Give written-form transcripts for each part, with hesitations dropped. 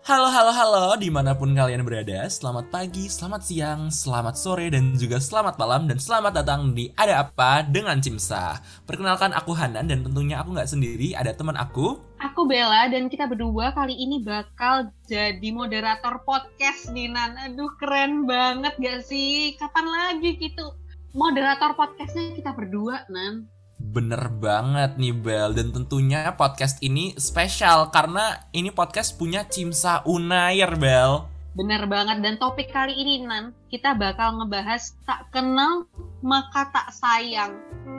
Halo, halo, halo, dimanapun kalian berada, selamat pagi, selamat siang, selamat sore, dan juga selamat malam, dan selamat datang di Ada Apa dengan Cimsa. Perkenalkan aku Hanan, dan tentunya aku nggak sendiri, ada teman aku. Aku Bella dan kita berdua kali ini bakal jadi moderator podcast nih Nan. Aduh keren banget gak sih? Kapan lagi gitu moderator podcastnya kita berdua Nan? Bener banget nih Bel, dan tentunya podcast ini spesial karena ini podcast punya Cimsa Unair, Bel. Bener banget, dan topik kali ini Nan, kita bakal ngebahas tak kenal maka tak sayang.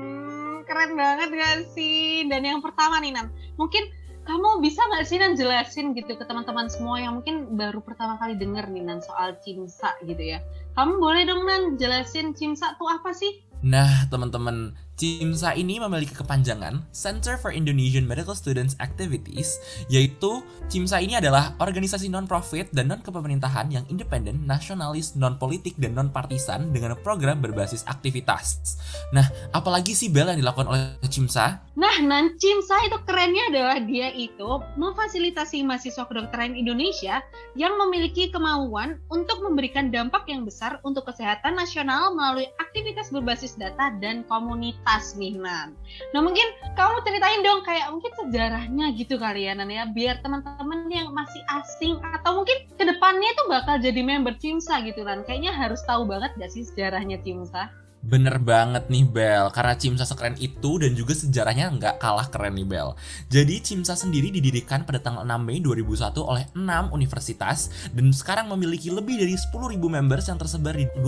Keren banget gak sih? Dan yang pertama nih Nan, mungkin kamu bisa gak sih Nan jelasin gitu ke teman-teman semua yang mungkin baru pertama kali denger nih Nan soal Cimsa gitu ya. Kamu boleh dong Nan jelasin Cimsa tuh apa sih? Nah, teman-teman, Cimsa ini memiliki kepanjangan Center for Indonesian Medical Students Activities, yaitu Cimsa ini adalah organisasi non-profit dan non-kepemerintahan yang independen, nasionalis, non-politik, dan non-partisan dengan program berbasis aktivitas. Nah, apalagi sih Bel yang dilakukan oleh Cimsa? Nah, Nan, Cimsa itu kerennya adalah dia itu memfasilitasi mahasiswa kedokteran Indonesia yang memiliki kemauan untuk memberikan dampak yang besar untuk kesehatan nasional melalui aktivitas berbasis data dan komunitas nih, Nan. Nah, mungkin kamu ceritain dong kayak mungkin sejarahnya gitu kali ya, Nan ya, biar teman-teman yang masih asing atau mungkin kedepannya itu bakal jadi member Cimsa gitu, Nan. Kayaknya harus tahu banget gak sih sejarahnya Cimsa? Bener banget nih Bel, karena Cimsa sekeren itu dan juga sejarahnya nggak kalah keren nih Bel. Jadi Cimsa sendiri didirikan pada tanggal 6 Mei 2001 oleh 6 universitas dan sekarang memiliki lebih dari 10.000 members yang tersebar di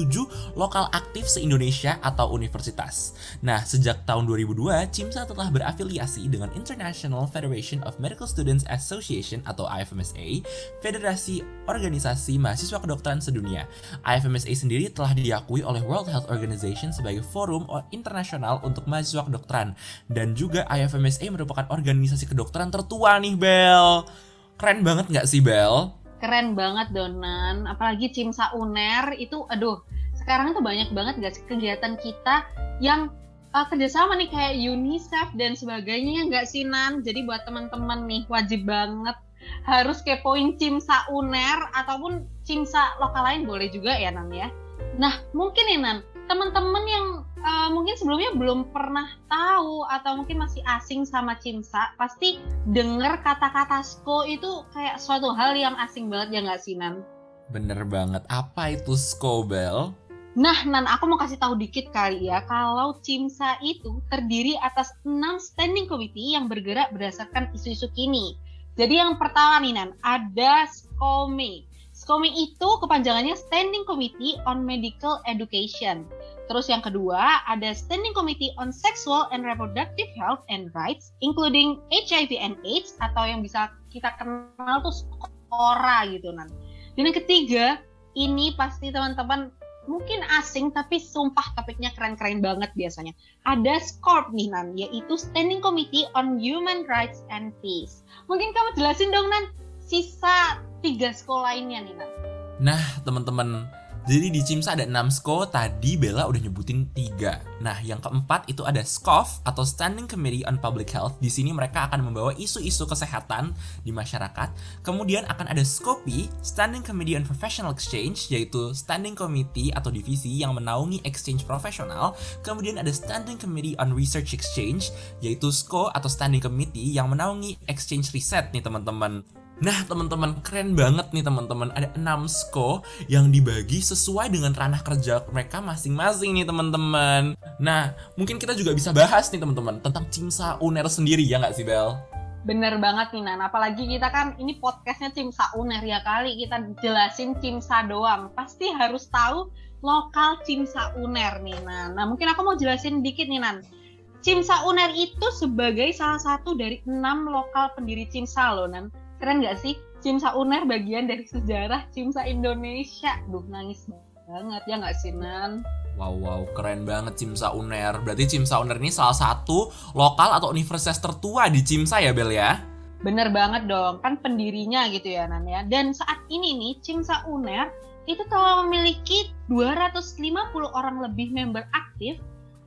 27 lokal aktif se-Indonesia atau universitas. Nah, sejak tahun 2002, Cimsa telah berafiliasi dengan International Federation of Medical Students Association atau IFMSA, Federasi Organisasi Mahasiswa Kedokteran Sedunia. IFMSA sendiri telah diakui oleh World Health Organization sebagai forum internasional untuk mahasiswa kedokteran, dan juga IFMSA merupakan organisasi kedokteran tertua nih Bel. Keren banget nggak sih Bel? Keren banget Donan, apalagi Cimsa Uner itu aduh sekarang tuh banyak banget gak sih kegiatan kita yang kerjasama nih kayak UNICEF dan sebagainya gak sih Nan? Jadi buat teman-teman nih wajib banget harus kepoin Cimsa Uner ataupun Cimsa lokal lain boleh juga ya Nan ya. Nah mungkin nih Nan, teman-teman yang mungkin sebelumnya belum pernah tahu atau mungkin masih asing sama Cimsa pasti denger kata-kata SKO itu kayak suatu hal yang asing banget ya nggak sih Nan? Bener banget, apa itu SKO Bel? Nah Nan, aku mau kasih tahu dikit kali ya kalau Cimsa itu terdiri atas 6 standing committee yang bergerak berdasarkan isu-isu kini. Jadi yang pertama nih Nan, ada SKOME. SKOME itu kepanjangannya Standing Committee on Medical Education. Terus yang kedua ada Standing Committee on Sexual and Reproductive Health and Rights, including HIV and AIDS atau yang bisa kita kenal tuh SKORA gitu Nan. Dan yang ketiga, ini pasti teman-teman mungkin asing tapi sumpah topiknya keren-keren banget biasanya. Ada SCORP nih Nan, yaitu Standing Committee on Human Rights and Peace. Mungkin kamu jelasin dong Nan, sisa 3 SKO lainnya nih Nan. Nah teman-teman, jadi di Cimsa ada 6 SKO, tadi Bella udah nyebutin 3. Nah yang keempat itu ada SCOF atau Standing Committee on Public Health. Di sini mereka akan membawa isu-isu kesehatan di masyarakat. Kemudian akan ada SCOPI, Standing Committee on Professional Exchange, yaitu Standing Committee atau divisi yang menaungi exchange profesional. Kemudian ada Standing Committee on Research Exchange, yaitu SCO atau Standing Committee yang menaungi exchange riset nih teman-teman. Nah teman-teman, keren banget nih teman-teman, ada 6 SKO yang dibagi sesuai dengan ranah kerja mereka masing-masing nih teman-teman. Nah mungkin kita juga bisa bahas nih teman-teman tentang Cimsa Uner sendiri ya nggak sih Bel? Bener banget nih Nan, apalagi kita kan ini podcastnya Cimsa Uner ya, kali kita jelasin Cimsa doang pasti harus tahu lokal Cimsa Uner nih Nan. Nah mungkin aku mau jelasin dikit nih Nan. Cimsa Uner itu sebagai salah satu dari 6 lokal pendiri Cimsa loh Nan. Keren gak sih? Cimsa Uner bagian dari sejarah Cimsa Indonesia. Duh, nangis banget ya gak sih, Nan? Wow, keren banget Cimsa Uner. Berarti Cimsa Uner ini salah satu lokal atau universitas tertua di Cimsa ya, Bel ya? Bener banget dong, kan pendirinya gitu ya, Nan ya. Dan saat ini nih, Cimsa Uner itu telah memiliki 250 orang lebih member aktif,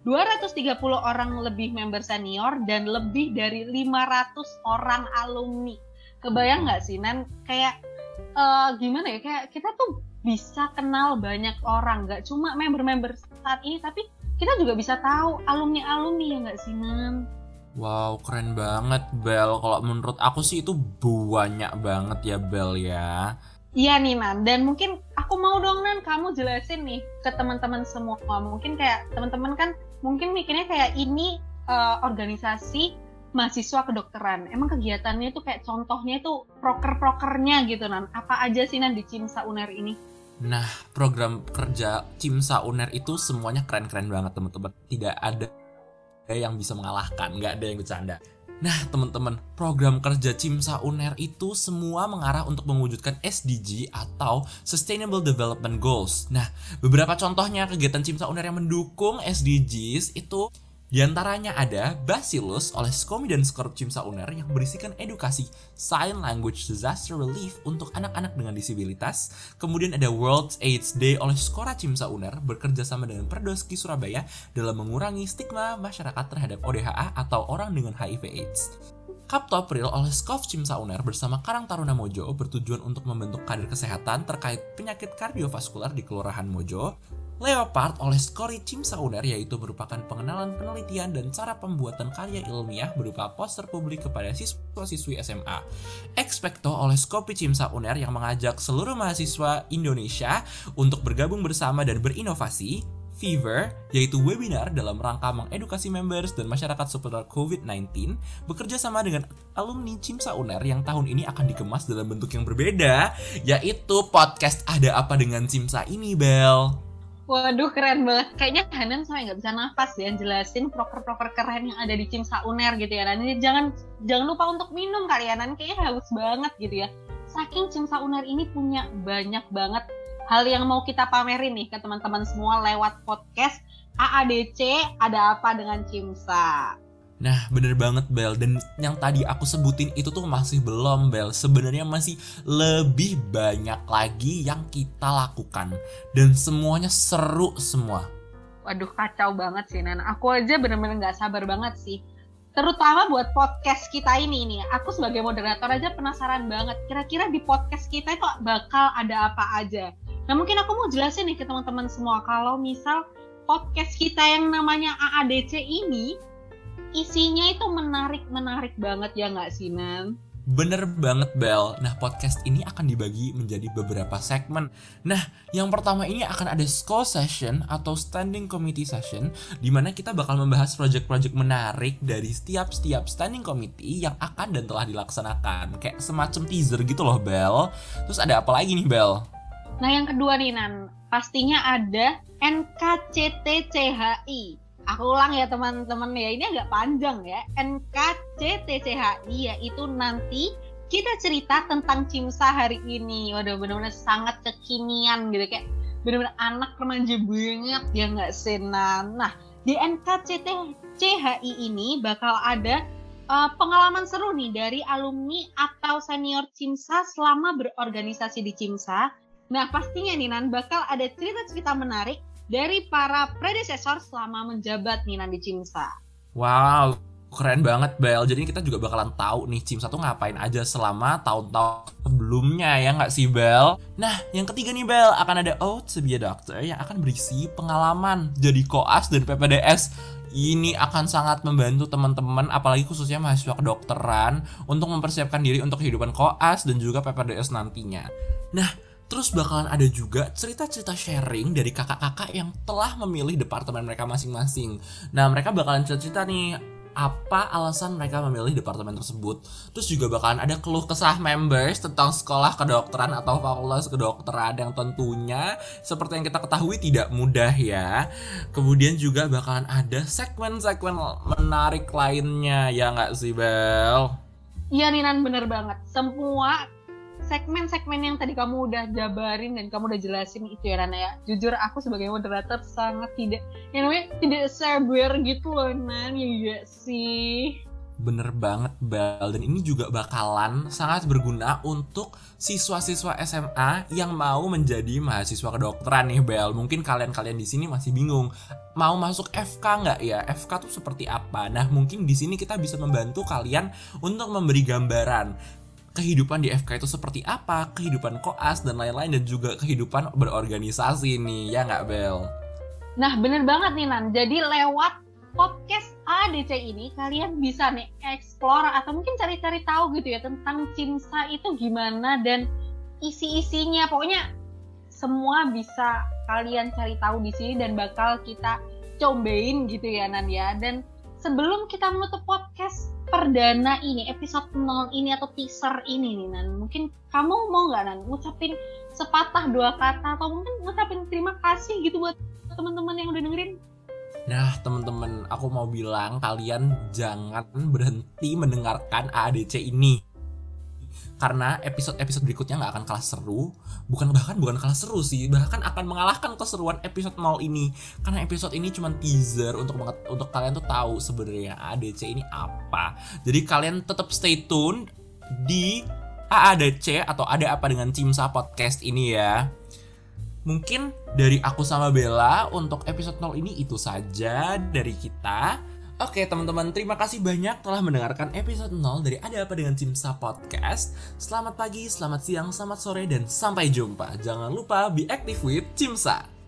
230 orang lebih member senior, dan lebih dari 500 orang alumni. Kebayang nggak sih Nan, kayak gimana ya, kayak kita tuh bisa kenal banyak orang, nggak cuma member-member saat ini, tapi kita juga bisa tahu alumni-alumni ya nggak sih Nan? Wow, keren banget Bel. Kalau menurut aku sih itu banyak banget ya Bel ya. Iya nih Nan, dan mungkin aku mau dong Nan, kamu jelasin nih ke teman-teman semua. Mungkin kayak teman-teman kan mungkin mikirnya kayak ini organisasi mahasiswa kedokteran. Emang kegiatannya tuh kayak contohnya tuh proker-prokernya gitu Nan. Apa aja sih Nan di CIMSA UNER ini? Nah, program kerja CIMSA UNER itu semuanya keren-keren banget teman-teman. Tidak ada yang bisa mengalahkan, nggak ada yang bercanda. Nah teman-teman, program kerja CIMSA UNER itu semua mengarah untuk mewujudkan SDG atau Sustainable Development Goals. Nah, beberapa contohnya kegiatan CIMSA UNER yang mendukung SDGs itu diantaranya ada Bacillus oleh Skomi dan Skorp CIMSA UNER yang berisikan edukasi Sign Language Disaster Relief untuk anak-anak dengan disabilitas. Kemudian ada World AIDS Day oleh Skora CIMSA UNER bekerja sama dengan Perdoski Surabaya dalam mengurangi stigma masyarakat terhadap ODHA atau orang dengan HIV/AIDS. Kaptopril oleh Skov CIMSA UNER bersama Karang Taruna Mojo bertujuan untuk membentuk kader kesehatan terkait penyakit kardiovaskular di Kelurahan Mojo. Leopard oleh Skori CIMSA UNER yaitu merupakan pengenalan penelitian dan cara pembuatan karya ilmiah berupa poster publik kepada siswa-siswi SMA. Expecto oleh Skopi CIMSA UNER yang mengajak seluruh mahasiswa Indonesia untuk bergabung bersama dan berinovasi. Fever, yaitu webinar dalam rangka mengedukasi members dan masyarakat seputar COVID-19, bekerja sama dengan alumni CIMSA UNER yang tahun ini akan dikemas dalam bentuk yang berbeda, yaitu podcast Ada Apa Dengan CIMSA ini, Bel. Waduh, keren banget. Kayaknya Hanan sampai nggak bisa nafas ya jelasin proker-proker keren yang ada di CIMSA UNER gitu ya. Nanti jangan lupa untuk minum kali ya, Nan. Kayaknya haus banget gitu ya. Saking CIMSA UNER ini punya banyak banget hal yang mau kita pamerin nih ke teman-teman semua lewat podcast AADC Ada Apa Dengan CIMSA. Nah bener banget Bel, dan yang tadi aku sebutin itu tuh masih belum Bel. Sebenarnya masih lebih banyak lagi yang kita lakukan dan semuanya seru semua. Waduh, kacau banget sih Nan. Aku aja bener-bener gak sabar banget sih, terutama buat podcast kita ini nih. Aku sebagai moderator aja penasaran banget, kira-kira di podcast kita itu bakal ada apa aja. Nah mungkin aku mau jelasin nih ke teman-teman semua, kalau misal podcast kita yang namanya AADC ini isinya itu menarik banget ya nggak sih Nan? Bener banget Bel. Nah podcast ini akan dibagi menjadi beberapa segmen. Nah yang pertama ini akan ada SCO Session atau Standing Committee Session, dimana kita bakal membahas project-project menarik dari setiap Standing Committee yang akan dan telah dilaksanakan. Kayak semacam teaser gitu loh Bel. Terus ada apa lagi nih Bel? Nah yang kedua nih Nan, pastinya ada NKCTCHI. Aku ulang ya teman-teman ya, ini agak panjang ya. NKCTCHI yaitu nanti kita cerita tentang CIMSA hari ini. Waduh, benar-benar sangat kekinian gitu, kayak benar-benar anak remaja banget ya nggak sih Nan? Nah di NKCTCHI ini bakal ada pengalaman seru nih dari alumni atau senior CIMSA selama berorganisasi di CIMSA. Nah pastinya nih Nan, bakal ada cerita-cerita menarik dari para predesesor selama menjabat nih Nan di CIMSA. Wow, keren banget Bel. Jadi kita juga bakalan tahu nih CIMSA tuh ngapain aja selama tahun-tahun sebelumnya ya nggak sih Bel? Nah yang ketiga nih Bel, akan ada Oath to be a Doctor yang akan berisi pengalaman jadi koas dan PPDS. Ini akan sangat membantu teman-teman, apalagi khususnya mahasiswa kedokteran, untuk mempersiapkan diri untuk kehidupan koas dan juga PPDS nantinya. Nah terus bakalan ada juga cerita-cerita sharing dari kakak-kakak yang telah memilih departemen mereka masing-masing. Nah mereka bakalan cerita nih apa alasan mereka memilih departemen tersebut. Terus juga bakalan ada keluh kesah members tentang sekolah kedokteran atau fakultas kedokteran yang tentunya seperti yang kita ketahui tidak mudah ya. Kemudian juga bakalan ada segmen-segmen menarik lainnya ya nggak sih Bel? Iya Ninan, bener banget. Semua segmen-segmen yang tadi kamu udah jabarin dan kamu udah jelasin itu ya Nana ya. Jujur aku sebagai moderator sangat tidak sabar gitu loh Nan, ya gak sih? Bener banget Bel, dan ini juga bakalan sangat berguna untuk siswa-siswa SMA yang mau menjadi mahasiswa kedokteran nih Bel. Mungkin kalian di sini masih bingung mau masuk FK nggak ya? FK tuh seperti apa? Nah mungkin di sini kita bisa membantu kalian untuk memberi gambaran. kehidupan di FK itu seperti apa, kehidupan koas dan lain-lain, dan juga kehidupan berorganisasi nih, ya nggak Bel? Nah bener banget nih Nan, jadi lewat podcast ADC ini kalian bisa nih explore atau mungkin cari-cari tahu gitu ya tentang CIMSA itu gimana dan isi-isinya. Pokoknya semua bisa kalian cari tahu di sini dan bakal kita cobain gitu ya Nan ya. Dan sebelum kita menutup podcast perdana ini, episode 0 ini atau teaser ini nih Nan, mungkin kamu mau nggak Nan ngucapin sepatah dua kata atau mungkin ngucapin terima kasih gitu buat teman-teman yang udah dengerin? Nah teman-teman, aku mau bilang kalian jangan berhenti mendengarkan AADC ini, karena episode-episode berikutnya nggak akan kalah seru. Bukan kalah seru sih, bahkan akan mengalahkan keseruan episode 0 ini. Karena episode ini cuma teaser untuk kalian tuh tahu sebenarnya AADC ini apa. Jadi kalian tetap stay tune di AADC atau Ada Apa Dengan CIMSA podcast ini ya. Mungkin dari aku sama Bella untuk episode 0 ini itu saja dari kita. Oke teman-teman, terima kasih banyak telah mendengarkan episode 0 dari Ada Apa Dengan CIMSA podcast. Selamat pagi, selamat siang, selamat sore, dan sampai jumpa. Jangan lupa be active with CIMSA.